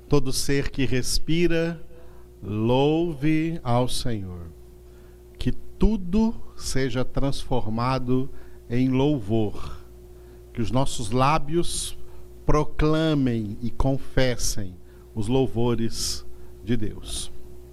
Todo ser que respira, louve ao Senhor. Que tudo seja transformado em louvor. Que os nossos lábios proclamem e confessem os louvores de Deus.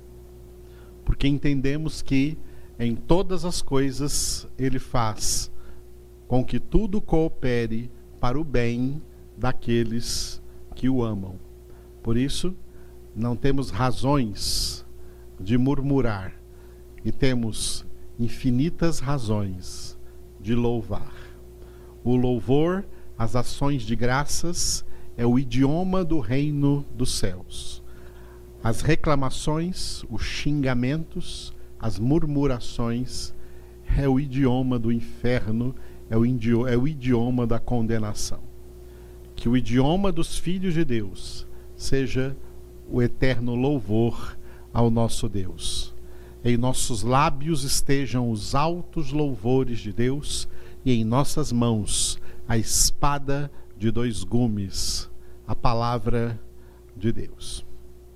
Porque entendemos que em todas as coisas Ele faz com que tudo coopere para o bem daqueles que o amam. Por isso, não temos razões de murmurar e temos infinitas razões de louvar. O louvor, as ações de graças, é o idioma do reino dos céus. As reclamações, os xingamentos, as murmurações, é o idioma do inferno, é o idioma da condenação. Que o idioma dos filhos de Deus seja o eterno louvor ao nosso Deus. Em nossos lábios estejam os altos louvores de Deus e em nossas mãos a espada de dois gumes, a palavra de Deus.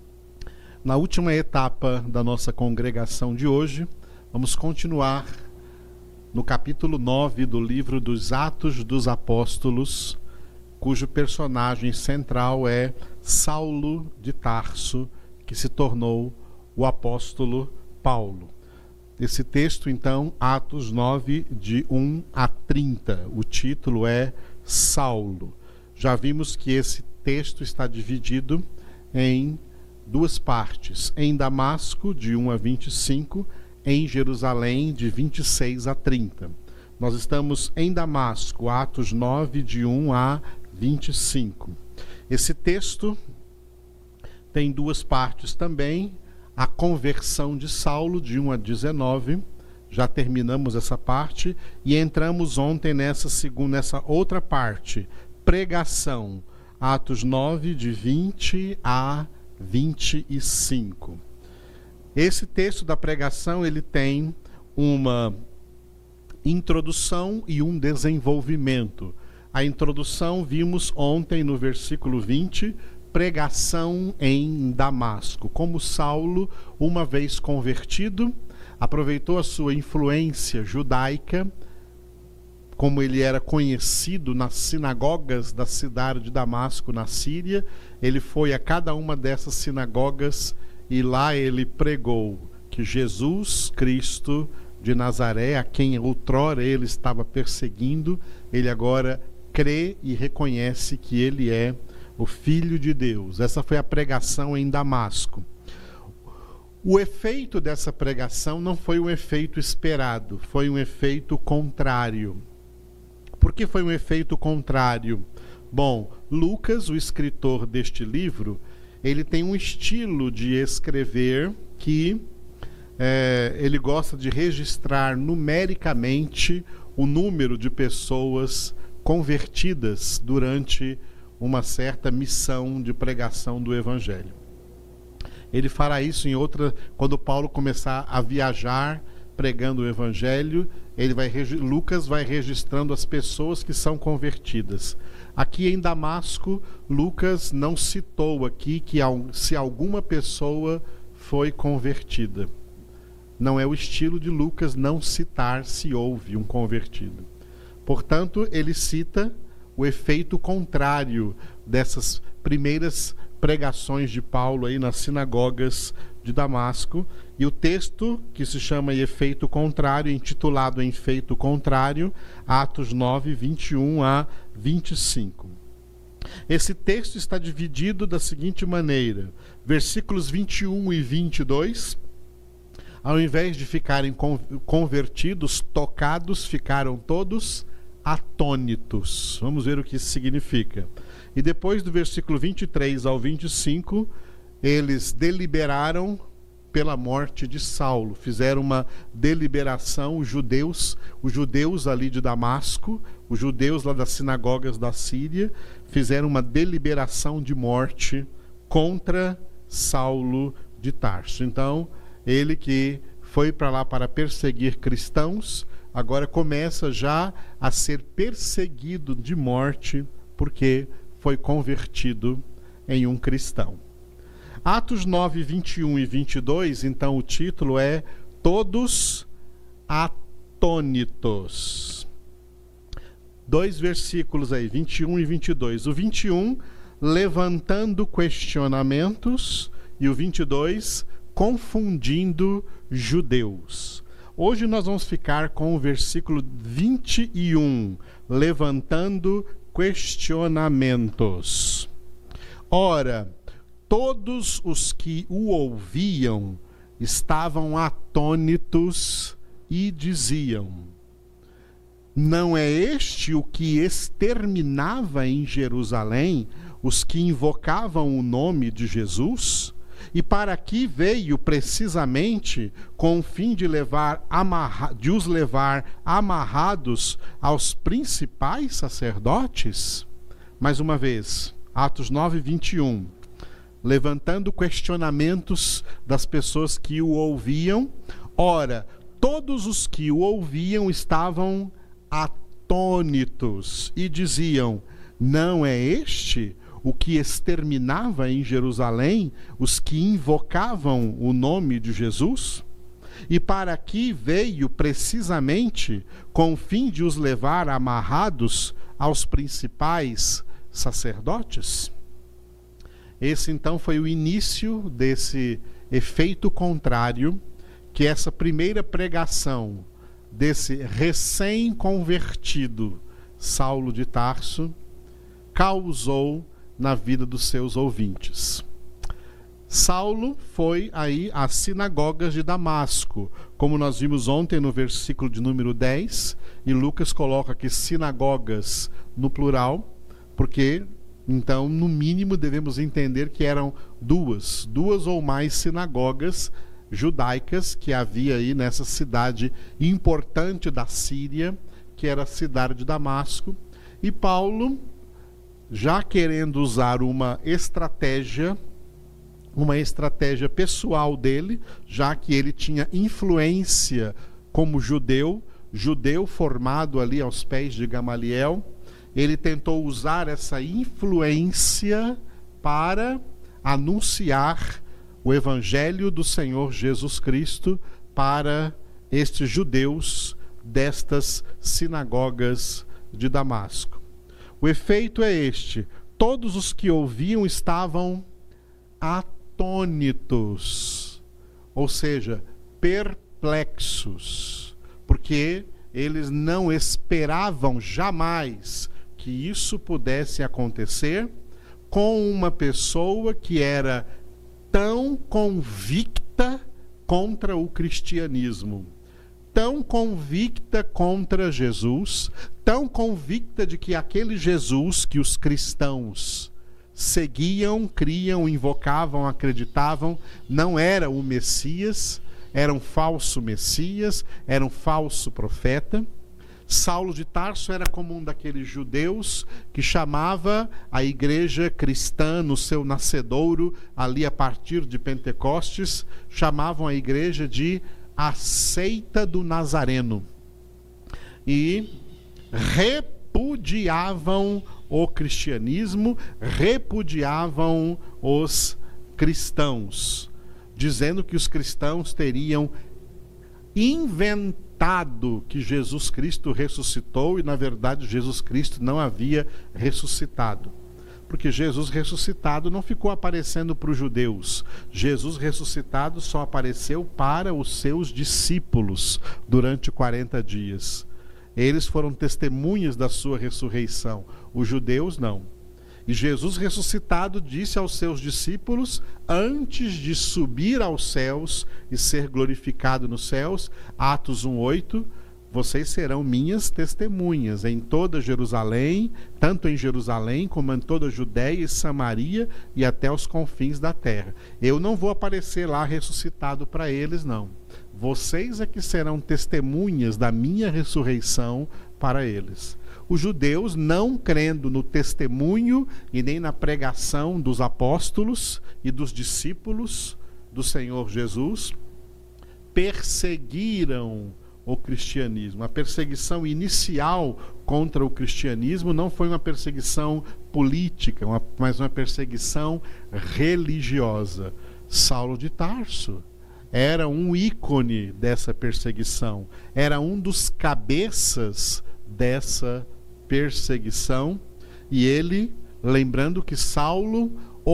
Na última etapa da nossa congregação de hoje, vamos continuar no capítulo 9 do livro dos Atos dos Apóstolos, cujo personagem central é Saulo de Tarso, que se tornou o apóstolo Paulo. Esse texto, então, Atos 9, de 1 a 30. O título é Saulo. Já vimos que esse texto está dividido em duas partes. Em Damasco, de 1 a 25, em Jerusalém, de 26 a 30. Nós estamos em Damasco, Atos 9, de 1 a 25. Esse texto tem duas partes também. A conversão de Saulo, de 1 a 19, já terminamos essa parte, e entramos ontem nessa outra parte, pregação, Atos 9, de 20 a 25. Esse texto da pregação, ele tem uma introdução e um desenvolvimento. A introdução vimos ontem no versículo 20, pregação em Damasco. Como Saulo, uma vez convertido, aproveitou a sua influência judaica, como ele era conhecido nas sinagogas da cidade de Damasco, na Síria. Ele foi a cada uma dessas sinagogas e lá ele pregou que Jesus Cristo de Nazaré, a quem outrora ele estava perseguindo, ele agora crê e reconhece que ele é o Filho de Deus. Essa foi a pregação em Damasco. O efeito dessa pregação não foi um efeito esperado, foi um efeito contrário. Por que foi um efeito contrário? Bom, Lucas, o escritor deste livro, ele tem um estilo de escrever que ele gosta de registrar numericamente o número de pessoas convertidas durante uma certa missão de pregação do Evangelho. Ele fará isso quando Paulo começar a viajar pregando o Evangelho, Lucas vai registrando as pessoas que são convertidas. Aqui em Damasco, Lucas não citou aqui se alguma pessoa foi convertida. Não é o estilo de Lucas não citar se houve um convertido. Portanto, ele cita o efeito contrário dessas primeiras pregações de Paulo aí nas sinagogas de Damasco, e o texto que se chama Efeito Contrário, intitulado em Efeito Contrário, Atos 9, 21 a 25. Esse texto está dividido da seguinte maneira: versículos 21 e 22, ao invés de ficarem convertidos, tocados, ficaram todos atônitos. Vamos ver o que isso significa. E depois do versículo 23 ao 25, eles deliberaram pela morte de Saulo. Fizeram uma deliberação, os judeus ali de Damasco, os judeus lá das sinagogas da Síria, fizeram uma deliberação de morte contra Saulo de Tarso. Então, ele que foi para lá para perseguir cristãos, agora começa já a ser perseguido de morte, porque foi convertido em um cristão. Atos 9, 21 e 22, então o título é Todos Atônitos. 2 versículos aí, 21 e 22. O 21, levantando questionamentos, e o 22, confundindo judeus. Hoje nós vamos ficar com o versículo 21, levantando questionamentos. Ora, todos os que o ouviam estavam atônitos e diziam: não é este o que exterminava em Jerusalém os que invocavam o nome de Jesus? E para aqui veio precisamente com o fim de os levar amarrados aos principais sacerdotes? Mais uma vez, Atos 9, 21. Levantando questionamentos das pessoas que o ouviam. Ora, todos os que o ouviam estavam atônitos e diziam: não é este o que exterminava em Jerusalém os que invocavam o nome de Jesus? E para aqui veio precisamente com o fim de os levar amarrados aos principais sacerdotes? Esse então foi o início desse efeito contrário que essa primeira pregação desse recém-convertido Saulo de Tarso causou na vida dos seus ouvintes. Saulo foi aí às sinagogas de Damasco, como nós vimos ontem no versículo de número 10, e Lucas coloca aqui sinagogas no plural, porque então, no mínimo, devemos entender que eram duas ou mais sinagogas judaicas que havia aí nessa cidade importante da Síria, que era a cidade de Damasco. E Paulo, já querendo usar uma estratégia pessoal dele, já que ele tinha influência como judeu formado ali aos pés de Gamaliel, ele tentou usar essa influência para anunciar o evangelho do Senhor Jesus Cristo para estes judeus destas sinagogas de Damasco. O efeito é este: todos os que ouviam estavam atônitos, ou seja, perplexos, porque eles não esperavam jamais que isso pudesse acontecer com uma pessoa que era tão convicta contra o cristianismo, tão convicta contra Jesus, tão convicta de que aquele Jesus que os cristãos seguiam, criam, invocavam, acreditavam, não era o Messias, era um falso Messias, era um falso profeta. Saulo de Tarso era como um daqueles judeus que chamava a igreja cristã no seu nascedouro, ali a partir de Pentecostes, chamavam a igreja de a seita do Nazareno. E repudiavam o cristianismo, repudiavam os cristãos, dizendo que os cristãos teriam inventado que Jesus Cristo ressuscitou, e na verdade Jesus Cristo não havia ressuscitado, porque Jesus ressuscitado não ficou aparecendo para os judeus. Jesus ressuscitado só apareceu para os seus discípulos durante 40 dias. Eles foram testemunhas da sua ressurreição, os judeus não. E Jesus ressuscitado disse aos seus discípulos, antes de subir aos céus e ser glorificado nos céus, Atos 1:8, vocês serão minhas testemunhas em toda Jerusalém, tanto em Jerusalém como em toda a Judéia e Samaria e até os confins da terra. Eu não vou aparecer lá ressuscitado para eles, não. Vocês é que serão testemunhas da minha ressurreição para eles. Os judeus, não crendo no testemunho e nem na pregação dos apóstolos e dos discípulos do Senhor Jesus, perseguiram o cristianismo. A perseguição inicial contra o cristianismo não foi uma perseguição política, mas uma perseguição religiosa. Saulo de Tarso era um ícone dessa perseguição, era um dos cabeças dessa perseguição, e ele, lembrando que Saulo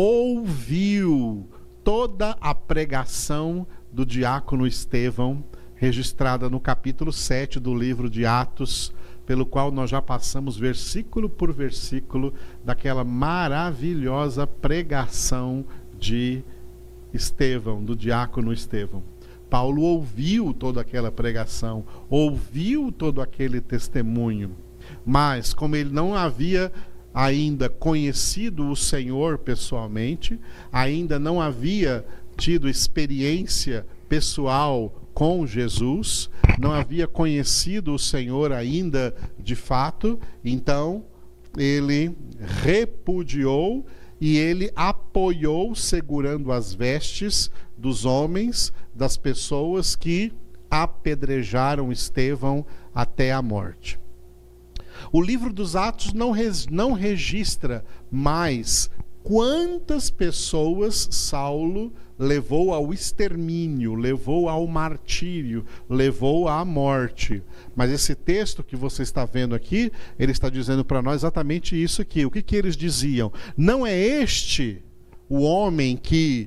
ouviu toda a pregação do diácono Estevão, registrada no capítulo 7 do livro de Atos, pelo qual nós já passamos versículo por versículo daquela maravilhosa pregação de Estevão, do diácono Estevão. Paulo ouviu toda aquela pregação, ouviu todo aquele testemunho, mas como ele não havia ainda conhecido o Senhor pessoalmente, ainda não havia tido experiência pessoal com Jesus, não havia conhecido o Senhor ainda de fato, então ele repudiou e ele apoiou, segurando as vestes dos homens, das pessoas que apedrejaram Estevão até a morte. O livro dos Atos não registra mais quantas pessoas Saulo levou ao extermínio, levou ao martírio, levou à morte. Mas esse texto que você está vendo aqui, ele está dizendo para nós exatamente isso aqui. O que eles diziam? Não é este o homem que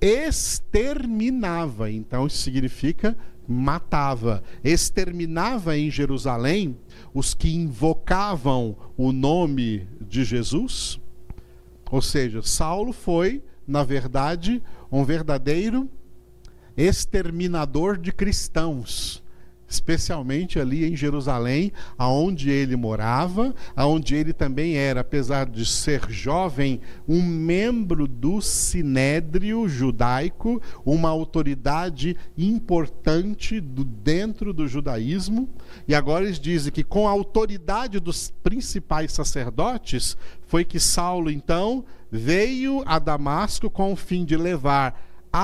exterminava, então isso significa matava, exterminava em Jerusalém os que invocavam o nome de Jesus? Ou seja, Saulo foi, na verdade, um verdadeiro exterminador de cristãos, especialmente ali em Jerusalém, aonde ele morava, aonde ele também era, apesar de ser jovem, um membro do Sinédrio judaico, uma autoridade importante dentro do judaísmo. E agora eles dizem que com a autoridade dos principais sacerdotes foi que Saulo então veio a Damasco com o fim de levar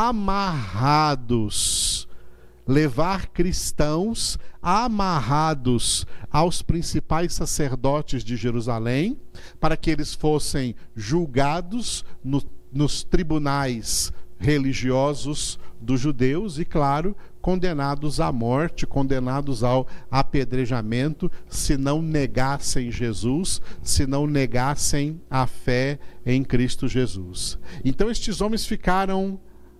cristãos amarrados aos principais sacerdotes de Jerusalém, para que eles fossem julgados nos tribunais religiosos dos judeus e, claro, condenados à morte, condenados ao apedrejamento, se não negassem Jesus, se não negassem a fé em Cristo Jesus. Então estes homens ficaram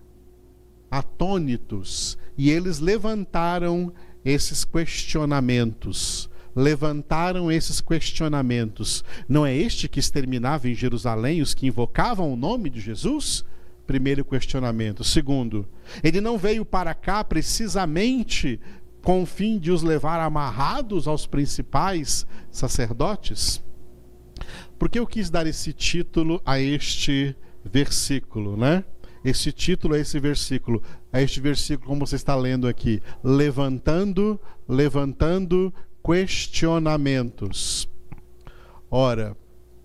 atônitos e eles levantaram esses questionamentos. Não é este que exterminava em Jerusalém os que invocavam o nome de Jesus? Primeiro questionamento. Segundo, ele não veio para cá precisamente com o fim de os levar amarrados aos principais sacerdotes? Por que eu quis dar esse título a este versículo, né? Esse título a esse versículo, como você está lendo aqui, levantando questionamentos. Ora,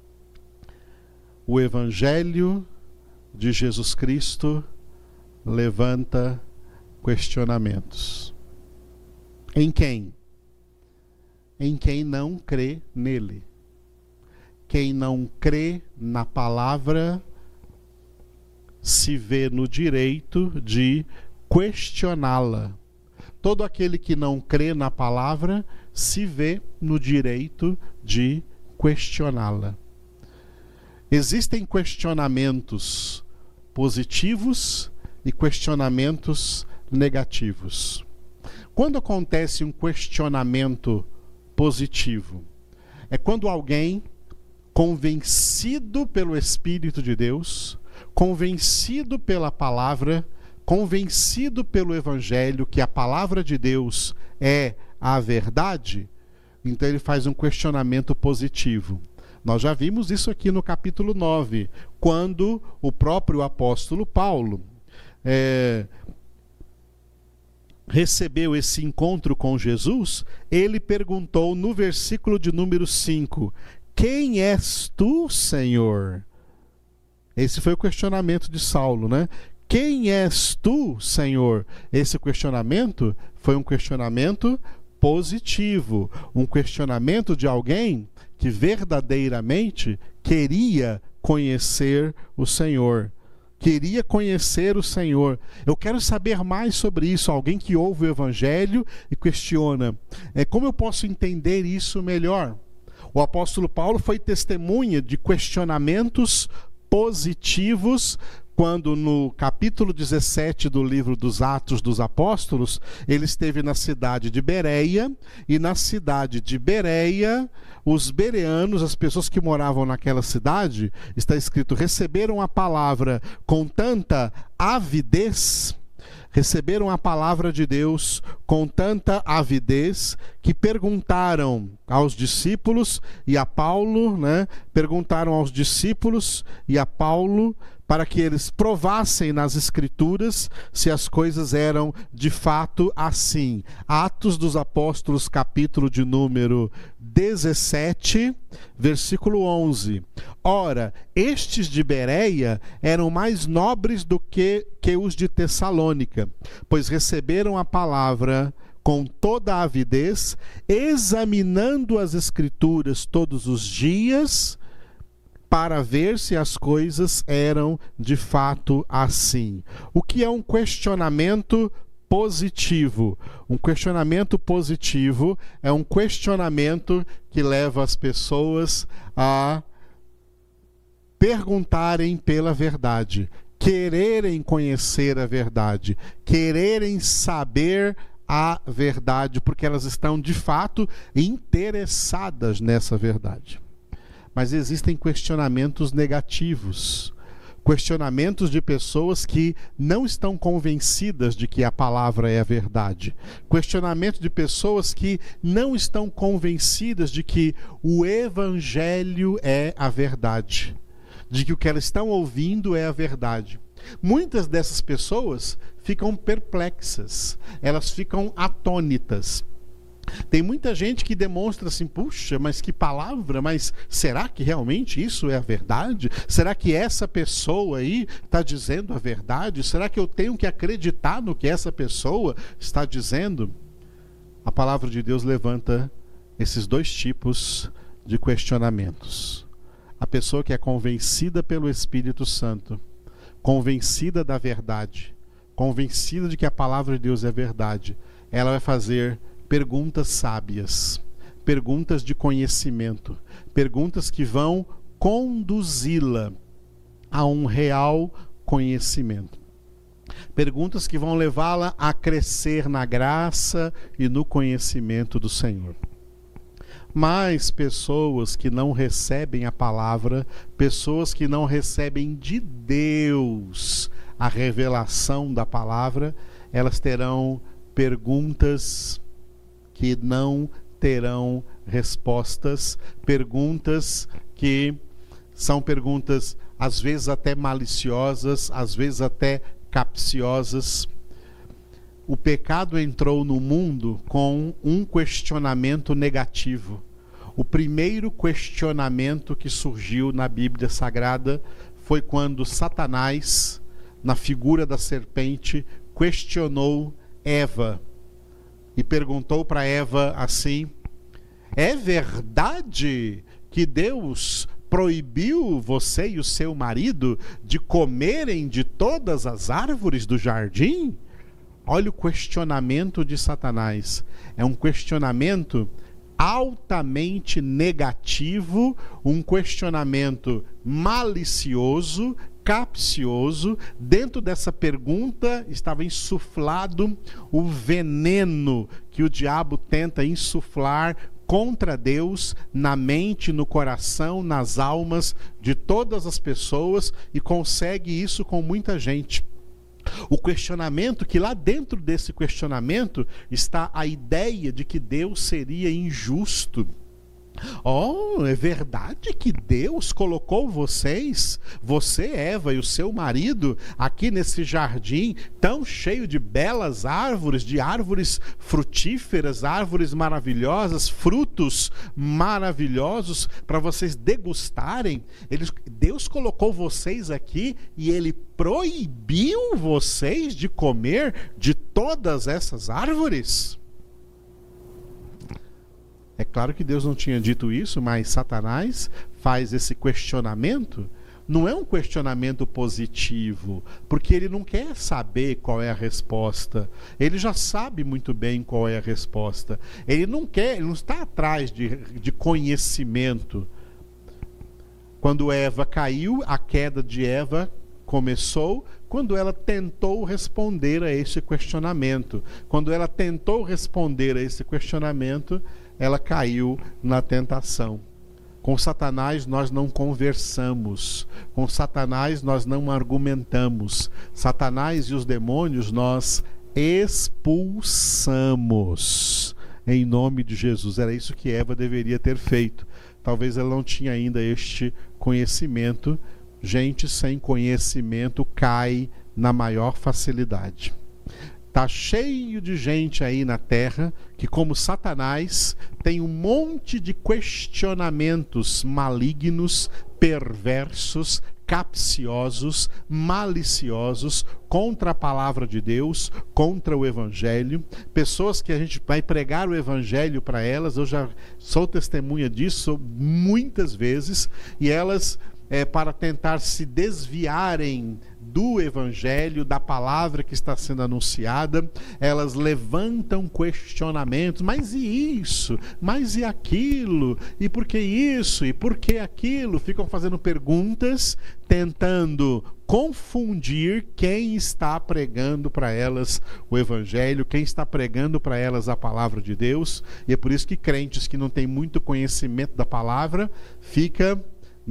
o Evangelho de Jesus Cristo levanta questionamentos. Em quem? Em quem não crê nele. Quem não crê na palavra se vê no direito de questioná-la. Todo aquele que não crê na palavra se vê no direito de questioná-la. Existem questionamentos positivos e questionamentos negativos. Quando acontece um questionamento positivo, é quando alguém, convencido pelo Espírito de Deus, convencido pela palavra, convencido pelo Evangelho, que a palavra de Deus é a verdade, então ele faz um questionamento positivo. Nós já vimos isso aqui no capítulo 9, quando o próprio apóstolo Paulo recebeu esse encontro com Jesus. Ele perguntou no versículo de número 5, quem és tu, Senhor? Esse foi o questionamento de Saulo, né? Quem és tu, Senhor? Esse questionamento foi um questionamento positivo, um questionamento de alguém que verdadeiramente queria conhecer o Senhor. Queria conhecer o Senhor. Eu quero saber mais sobre isso. Alguém que ouve o Evangelho e questiona: como eu posso entender isso melhor? O apóstolo Paulo foi testemunha de questionamentos positivos quando no capítulo 17 do livro dos Atos dos Apóstolos, ele esteve na cidade de Bereia, e na cidade de Bereia, os bereanos, as pessoas que moravam naquela cidade, está escrito, receberam a palavra com tanta avidez, receberam a palavra de Deus com tanta avidez, que perguntaram aos discípulos e a Paulo, perguntaram aos discípulos e a Paulo, para que eles provassem nas Escrituras se as coisas eram de fato assim. Atos dos Apóstolos, capítulo de número 17, versículo 11. Ora, estes de Bereia eram mais nobres do que os de Tessalônica, pois receberam a palavra com toda a avidez, examinando as Escrituras todos os dias, para ver se as coisas eram de fato assim. O que é um questionamento positivo? Um questionamento positivo é um questionamento que leva as pessoas a perguntarem pela verdade, quererem conhecer a verdade, quererem saber a verdade, porque elas estão de fato interessadas nessa verdade. Mas existem questionamentos negativos, questionamentos de pessoas que não estão convencidas de que a palavra é a verdade, questionamentos de pessoas que não estão convencidas de que o Evangelho é a verdade, de que o que elas estão ouvindo é a verdade. Muitas dessas pessoas ficam perplexas, elas ficam atônitas. Tem muita gente que demonstra assim, puxa, mas que palavra, mas será que realmente isso é a verdade? Será que essa pessoa aí está dizendo a verdade? Será que eu tenho que acreditar no que essa pessoa está dizendo? A palavra de Deus levanta esses dois tipos de questionamentos. A pessoa que é convencida pelo Espírito Santo, convencida da verdade, convencida de que a palavra de Deus é verdade, ela vai fazer perguntas sábias, perguntas de conhecimento, perguntas que vão conduzi-la a um real conhecimento. Perguntas que vão levá-la a crescer na graça e no conhecimento do Senhor. Mas pessoas que não recebem a palavra, pessoas que não recebem de Deus a revelação da palavra, elas terão perguntas que não terão respostas, perguntas que são perguntas às vezes até maliciosas, às vezes até capciosas. O pecado entrou no mundo com um questionamento negativo. O primeiro questionamento que surgiu na Bíblia Sagrada foi quando Satanás, na figura da serpente, questionou Eva e perguntou para Eva assim: é verdade que Deus proibiu você e o seu marido de comerem de todas as árvores do jardim? Olha o questionamento de Satanás. É um questionamento altamente negativo, um questionamento malicioso, capcioso. Dentro dessa pergunta estava insuflado o veneno que o diabo tenta insuflar contra Deus na mente, no coração, nas almas de todas as pessoas, e consegue isso com muita gente. O questionamento, que lá dentro desse questionamento está a ideia de que Deus seria injusto. Oh, é verdade que Deus colocou vocês, você, Eva, e o seu marido, aqui nesse jardim tão cheio de belas árvores, de árvores frutíferas, árvores maravilhosas, frutos maravilhosos para vocês degustarem. Deus colocou vocês aqui e Ele proibiu vocês de comer de todas essas árvores? É claro que Deus não tinha dito isso, mas Satanás faz esse questionamento. Não é um questionamento positivo, porque ele não quer saber qual é a resposta. Ele já sabe muito bem qual é a resposta. Ele não está atrás de conhecimento. Quando Eva caiu, a queda de Eva começou quando ela tentou responder a esse questionamento. Quando ela tentou responder a esse questionamento, ela caiu na tentação. Com Satanás nós não conversamos, com Satanás nós não argumentamos. Satanás e os demônios nós expulsamos em nome de Jesus. Era isso que Eva deveria ter feito. Talvez ela não tinha ainda este conhecimento. Gente sem conhecimento cai na maior facilidade. Está cheio de gente aí na terra que, como Satanás, tem um monte de questionamentos malignos, perversos, capciosos, maliciosos contra a palavra de Deus, contra o Evangelho. Pessoas que a gente vai pregar o Evangelho para elas, eu já sou testemunha disso muitas vezes, e elas, para tentar se desviarem do Evangelho, da palavra que está sendo anunciada, elas levantam questionamentos, mas e isso? Mas e aquilo? E por que isso? E por que aquilo? Ficam fazendo perguntas, tentando confundir quem está pregando para elas o Evangelho, quem está pregando para elas a palavra de Deus. E é por isso que crentes que não têm muito conhecimento da palavra fica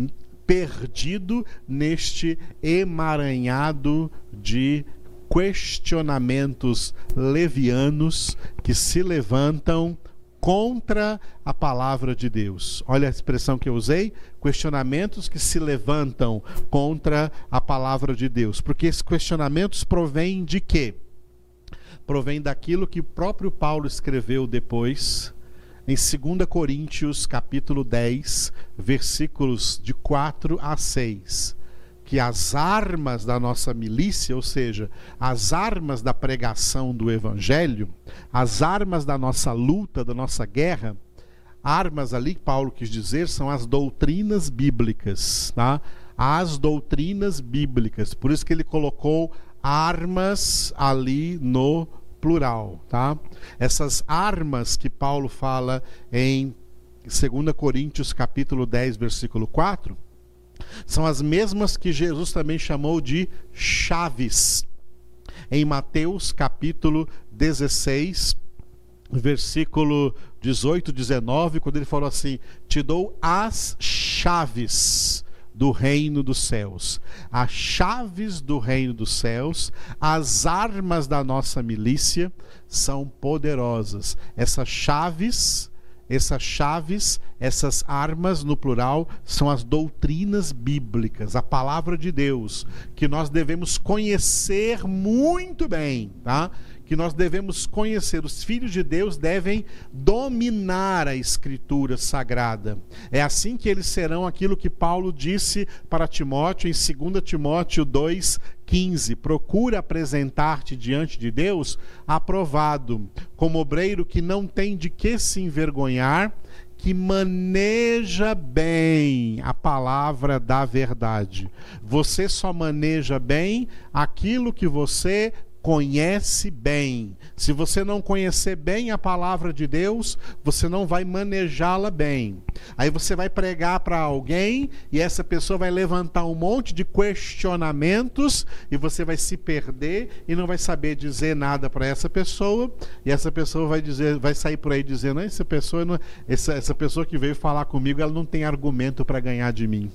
perdido neste emaranhado de questionamentos levianos que se levantam contra a palavra de Deus. Olha a expressão que eu usei, questionamentos que se levantam contra a palavra de Deus. Porque esses questionamentos provêm de quê? Provém daquilo que o próprio Paulo escreveu depois em 2 Coríntios capítulo 10, versículos de 4 a 6, que as armas da nossa milícia, ou seja, as armas da pregação do Evangelho, as armas da nossa luta, da nossa guerra, armas ali que Paulo quis dizer são as doutrinas bíblicas, tá? As doutrinas bíblicas, por isso que ele colocou armas ali no plural, tá? Essas armas que Paulo fala em 2 Coríntios capítulo 10, versículo 4, são as mesmas que Jesus também chamou de chaves. Em Mateus capítulo 16, versículo 18, 19, quando ele falou assim: te dou as chaves do reino dos céus. As chaves do reino dos céus, as armas da nossa milícia são poderosas. Essas chaves, essas armas no plural, são as doutrinas bíblicas, a palavra de Deus, que nós devemos conhecer muito bem, tá? Que nós devemos conhecer. Os filhos de Deus devem dominar a Escritura Sagrada. É assim que eles serão aquilo que Paulo disse para Timóteo em 2 Timóteo 2,15. Procura apresentar-te diante de Deus aprovado, como obreiro que não tem de que se envergonhar, que maneja bem a palavra da verdade. Você só maneja bem aquilo que você conhece bem. Se você não conhecer bem a palavra de Deus, você não vai manejá-la bem. Aí você vai pregar para alguém e essa pessoa vai levantar um monte de questionamentos e você vai se perder e não vai saber dizer nada para essa pessoa, e essa pessoa vai sair por aí dizendo: essa pessoa que veio falar comigo, ela não tem argumento para ganhar de mim.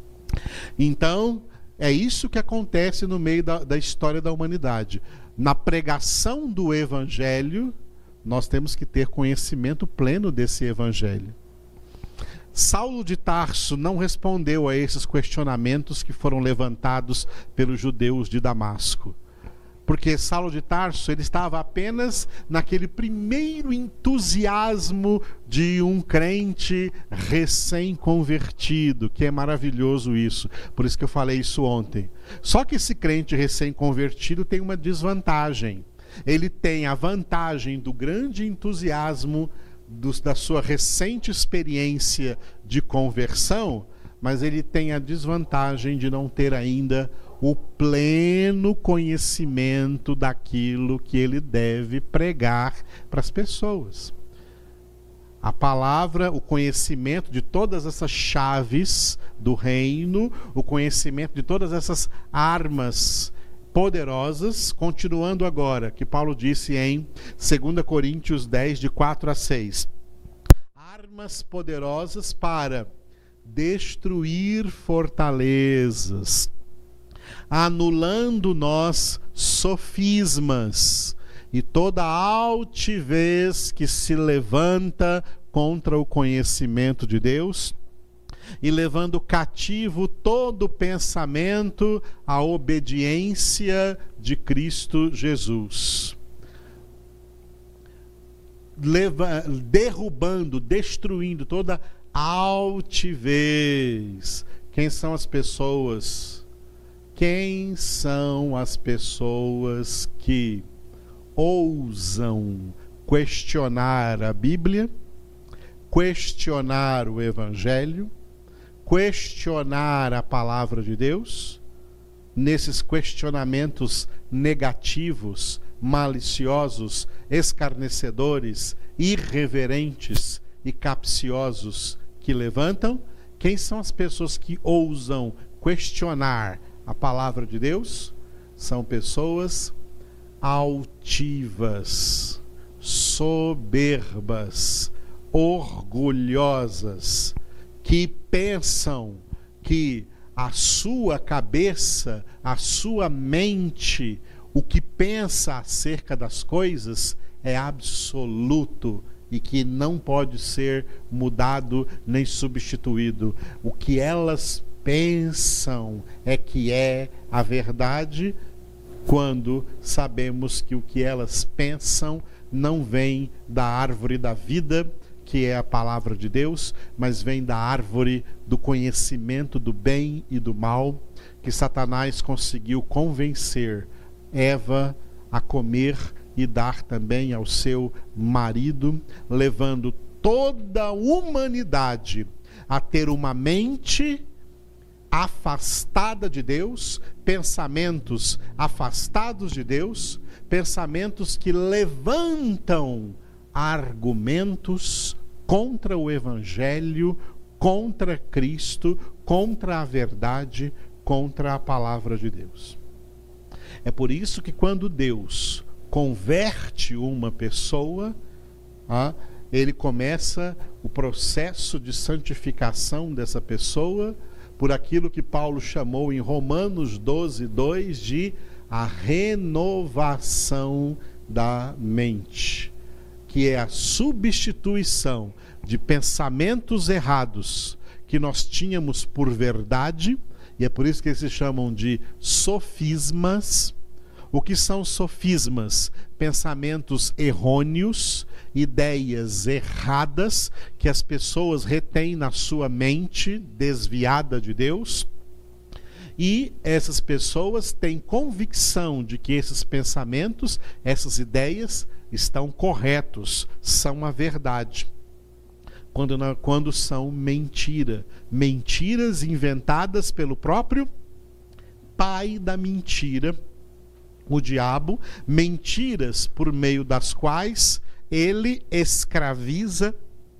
Então, é isso que acontece no meio da história da humanidade. Na pregação do Evangelho, nós temos que ter conhecimento pleno desse Evangelho. Saulo de Tarso não respondeu a esses questionamentos que foram levantados pelos judeus de Damasco. Porque Saulo de Tarso, ele estava apenas naquele primeiro entusiasmo de um crente recém-convertido, que é maravilhoso isso. Por isso que eu falei isso ontem. Só que esse crente recém-convertido tem uma desvantagem. Ele tem a vantagem do grande entusiasmo da sua recente experiência de conversão, mas ele tem a desvantagem de não ter ainda o pleno conhecimento daquilo que ele deve pregar para as pessoas. A palavra, o conhecimento de todas essas chaves do reino, o conhecimento de todas essas armas poderosas, continuando agora, que Paulo disse em 2 Coríntios 10, de 4 a 6. Armas poderosas para destruir fortalezas, anulando nós sofismas e toda altivez que se levanta contra o conhecimento de Deus, e levando cativo todo pensamento à obediência de Cristo Jesus. Derrubando, destruindo toda altivez. Quem são as pessoas? Quem são as pessoas que ousam questionar a Bíblia, questionar o Evangelho, questionar a palavra de Deus? Nesses questionamentos negativos, maliciosos, escarnecedores, irreverentes e capciosos que levantam, quem são as pessoas que ousam questionar a palavra de Deus? São pessoas altivas, soberbas, orgulhosas, que pensam que a sua cabeça, a sua mente, o que pensa acerca das coisas é absoluto e que não pode ser mudado nem substituído. O que elas pensam é que é a verdade, quando sabemos que o que elas pensam não vem da árvore da vida, que é a palavra de Deus, mas vem da árvore do conhecimento do bem e do mal, que Satanás conseguiu convencer Eva a comer e dar também ao seu marido, levando toda a humanidade a ter uma mente afastada de Deus, pensamentos afastados de Deus, pensamentos que levantam argumentos contra o Evangelho, contra Cristo, contra a verdade, contra a palavra de Deus. É por isso que quando Deus converte uma pessoa, ele começa o processo de santificação dessa pessoa por aquilo que Paulo chamou em Romanos 12, 2 de a renovação da mente, que é a substituição de pensamentos errados que nós tínhamos por verdade, e é por isso que eles se chamam de sofismas. O que são sofismas? Pensamentos errôneos, ideias erradas que as pessoas retêm na sua mente desviada de Deus, e essas pessoas têm convicção de que esses pensamentos, essas ideias estão corretos, são a verdade, quando são mentira, mentiras inventadas pelo próprio pai da mentira, o diabo, mentiras por meio das quais ele escraviza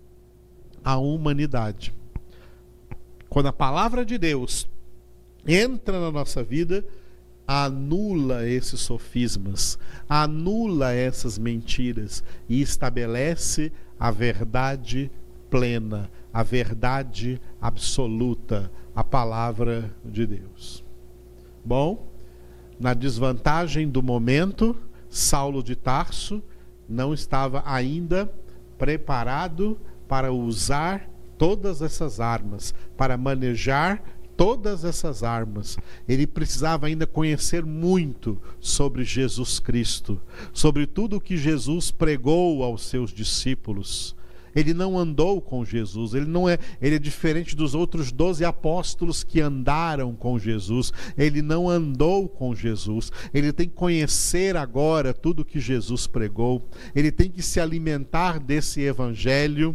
a humanidade. Quando a palavra de Deus entra na nossa vida, anula esses sofismas, anula essas mentiras e estabelece a verdade plena, a verdade absoluta, a palavra de Deus. Bom, na desvantagem do momento, Saulo de Tarso não estava ainda preparado para usar todas essas armas, para manejar todas essas armas. Ele precisava ainda conhecer muito sobre Jesus Cristo, sobre tudo o que Jesus pregou aos seus discípulos. Ele não andou com Jesus, ele é diferente dos outros 12 apóstolos que andaram com Jesus. Ele não andou com Jesus. Ele tem que conhecer agora tudo que Jesus pregou. Ele tem que se alimentar desse evangelho.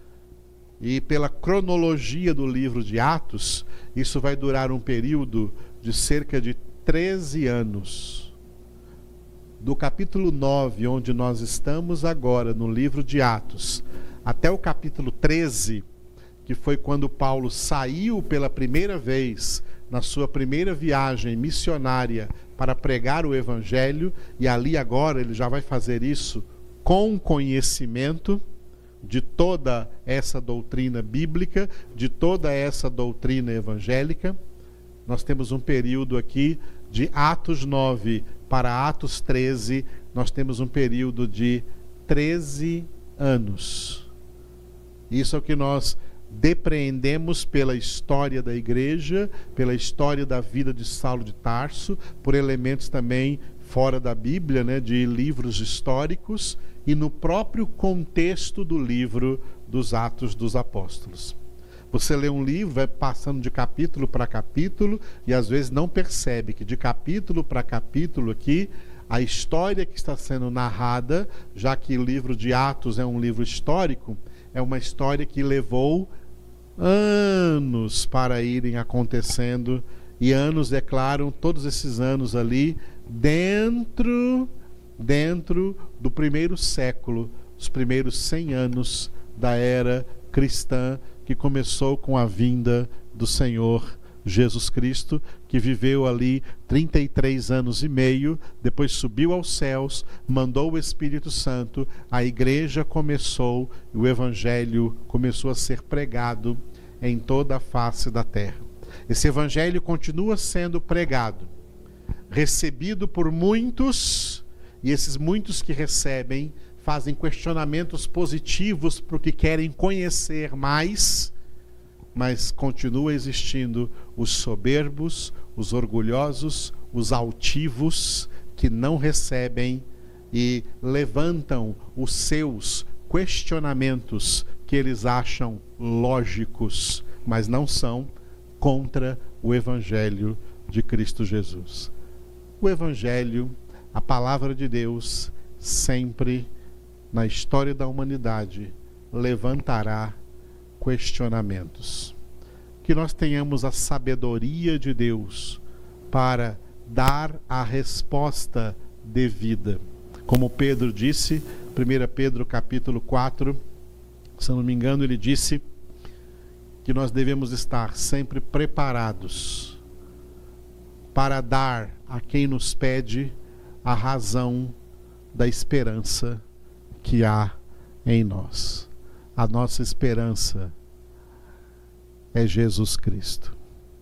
E pela cronologia do livro de Atos, isso vai durar um período de cerca de 13 anos. Do capítulo 9, onde nós estamos agora, no livro de Atos, até o capítulo 13, que foi quando Paulo saiu pela primeira vez na sua primeira viagem missionária para pregar o evangelho, e ali agora ele já vai fazer isso com conhecimento de toda essa doutrina bíblica, de toda essa doutrina evangélica. Nós temos um período aqui de Atos 9 para Atos 13, nós temos um período de 13 anos. Isso é o que nós depreendemos pela história da igreja, pela história da vida de Saulo de Tarso, por elementos também fora da Bíblia, né, de livros históricos, e no próprio contexto do livro dos Atos dos Apóstolos. Você lê um livro, vai passando de capítulo para capítulo, e às vezes não percebe que de capítulo para capítulo aqui, a história que está sendo narrada, já que o livro de Atos é um livro histórico, é uma história que levou anos para irem acontecendo, e anos declaram todos esses anos ali dentro do primeiro século, os primeiros 100 anos da era cristã, que começou com a vinda do Senhor Jesus Cristo, que viveu ali 33 anos e meio, depois subiu aos céus, mandou o Espírito Santo, a igreja começou, e o evangelho começou a ser pregado em toda a face da terra. Esse evangelho continua sendo pregado, recebido por muitos, e esses muitos que recebem fazem questionamentos positivos porque querem conhecer mais, mas continua existindo os soberbos, os orgulhosos, os altivos, que não recebem e levantam os seus questionamentos que eles acham lógicos, mas não são, contra o evangelho de Cristo Jesus. O evangelho, a palavra de Deus, sempre na história da humanidade levantará questionamentos. Que nós tenhamos a sabedoria de Deus para dar a resposta devida. Como Pedro disse, 1 Pedro capítulo 4, se eu não me engano, ele disse que nós devemos estar sempre preparados para dar a quem nos pede a razão da esperança que há em nós. A nossa esperança é Jesus Cristo.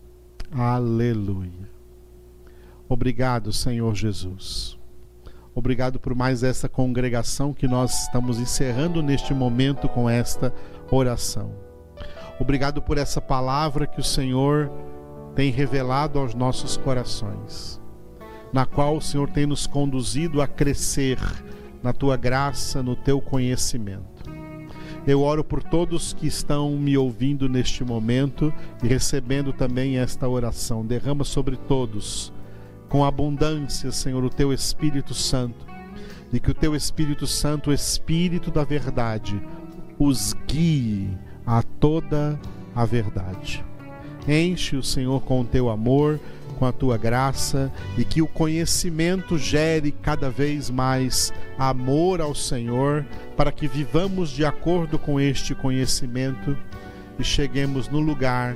Aleluia. Obrigado, Senhor Jesus. Obrigado por mais essa congregação que nós estamos encerrando neste momento com esta oração. Obrigado por essa palavra que o Senhor tem revelado aos nossos corações, na qual o Senhor tem nos conduzido a crescer na Tua graça, no Teu conhecimento. Eu oro por todos que estão me ouvindo neste momento e recebendo também esta oração. Derrama sobre todos, com abundância, Senhor, o Teu Espírito Santo, e que o Teu Espírito Santo, o Espírito da verdade, os guie a toda a verdade. Enche o Senhor com o Teu amor, com a Tua graça, e que o conhecimento gere cada vez mais amor ao Senhor, para que vivamos de acordo com este conhecimento e cheguemos no lugar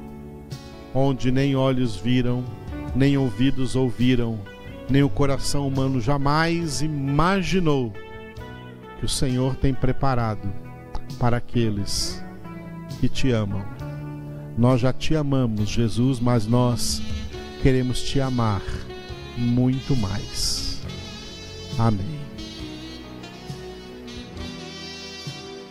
onde nem olhos viram, nem ouvidos ouviram, nem o coração humano jamais imaginou, que o Senhor tem preparado para aqueles que Te amam. Nós já Te amamos, Jesus, mas nós queremos Te amar muito mais. Amém.